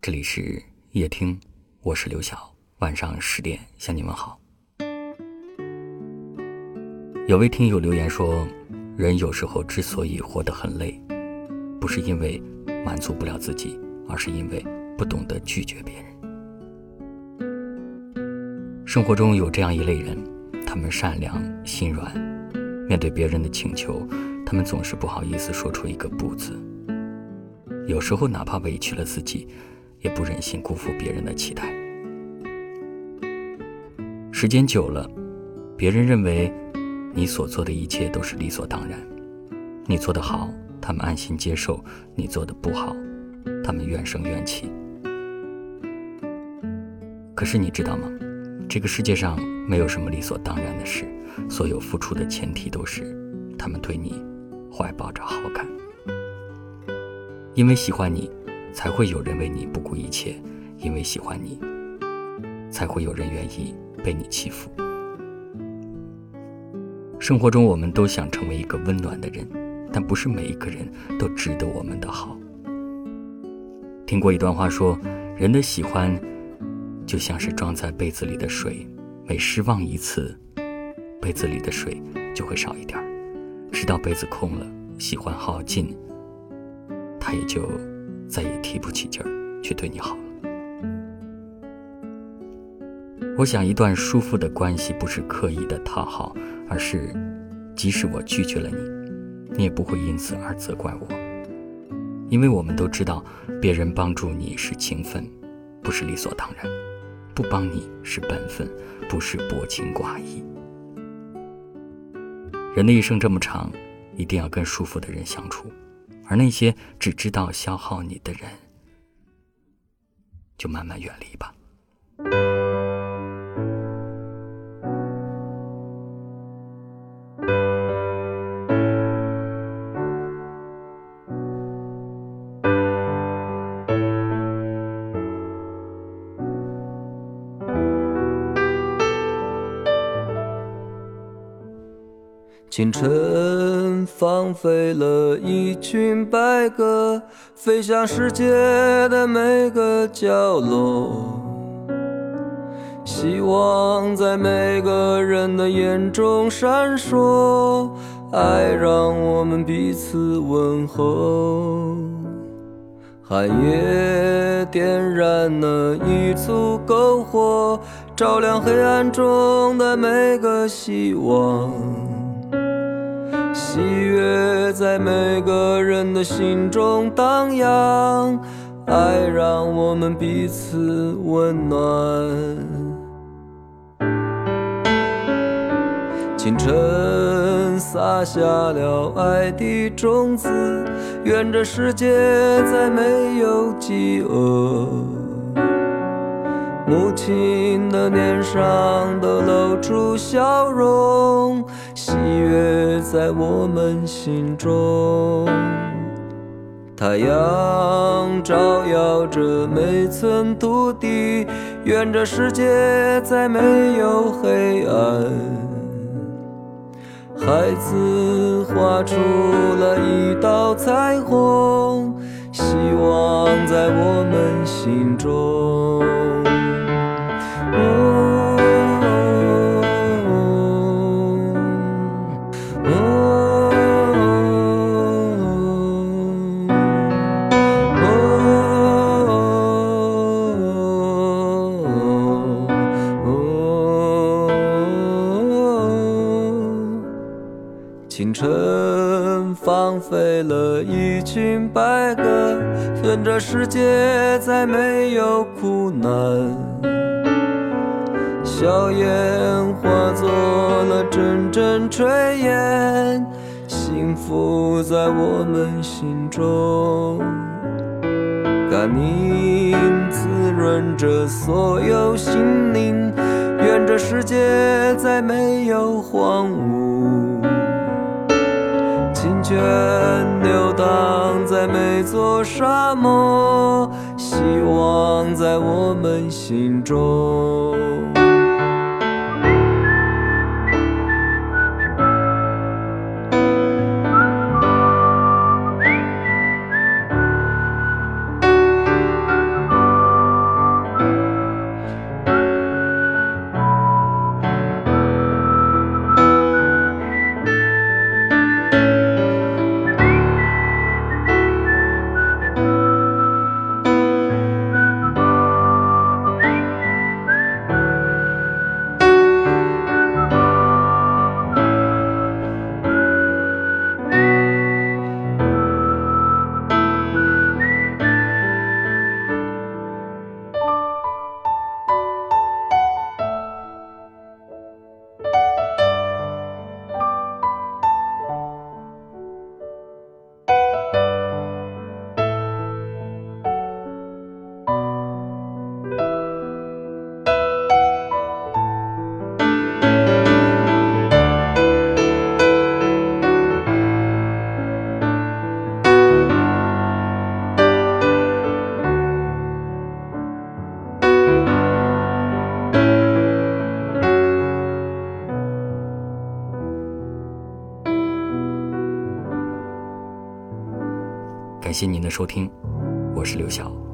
这里是夜听，我是刘晓，晚上10点向你们好。有位听友留言说，人有时候之所以活得很累，不是因为满足不了自己，而是因为不懂得拒绝别人。生活中有这样一类人，他们善良心软，面对别人的请求，他们总是不好意思说出一个不字。有时候哪怕委屈了自己，也不忍心辜负别人的期待。时间久了，别人认为你所做的一切都是理所当然，你做得好，他们安心接受；你做得不好，他们怨声怨气。可是你知道吗？这个世界上没有什么理所当然的事，所有付出的前提都是他们对你怀抱着好感。因为喜欢你，才会有人为你不顾一切；因为喜欢你，才会有人愿意被你欺负。生活中我们都想成为一个温暖的人，但不是每一个人都值得我们的好。听过一段话说，人的喜欢就像是装在杯子里的水，每失望一次，杯子里的水就会少一点，直到杯子空了，喜欢耗尽，他也就再也提不起劲儿去对你好了。我想一段舒服的关系不是刻意的讨好，而是即使我拒绝了你，你也不会因此而责怪我。因为我们都知道，别人帮助你是情分，不是理所当然；不帮你是本分，不是薄情寡义。人的一生这么长，一定要跟舒服的人相处，而那些只知道消耗你的人，就慢慢远离吧。 清晨放飞了一群白鸽，飞向世界的每个角落，希望在每个人的眼中闪烁，爱让我们彼此问候。寒夜点燃了一簇篝火，照亮黑暗中的每个希望，喜悦在每个人的心中荡漾，爱让我们彼此温暖。清晨撒下了爱的种子，愿这世界再没有饥饿，母亲的脸上都露出笑容，喜悦在我们心中。太阳照耀着每寸土地，愿这世界再没有黑暗。孩子画出了一道彩虹，希望在我们心中。清晨放飞了一群白鸽，愿这世界再没有苦难。硝烟化作了阵阵炊烟，幸福在我们心中。甘宁滋润着所有心灵，愿这世界再没有荒芜。清泉流荡在每座沙漠，希望在我们心中。 感谢您的收听，我是刘晓。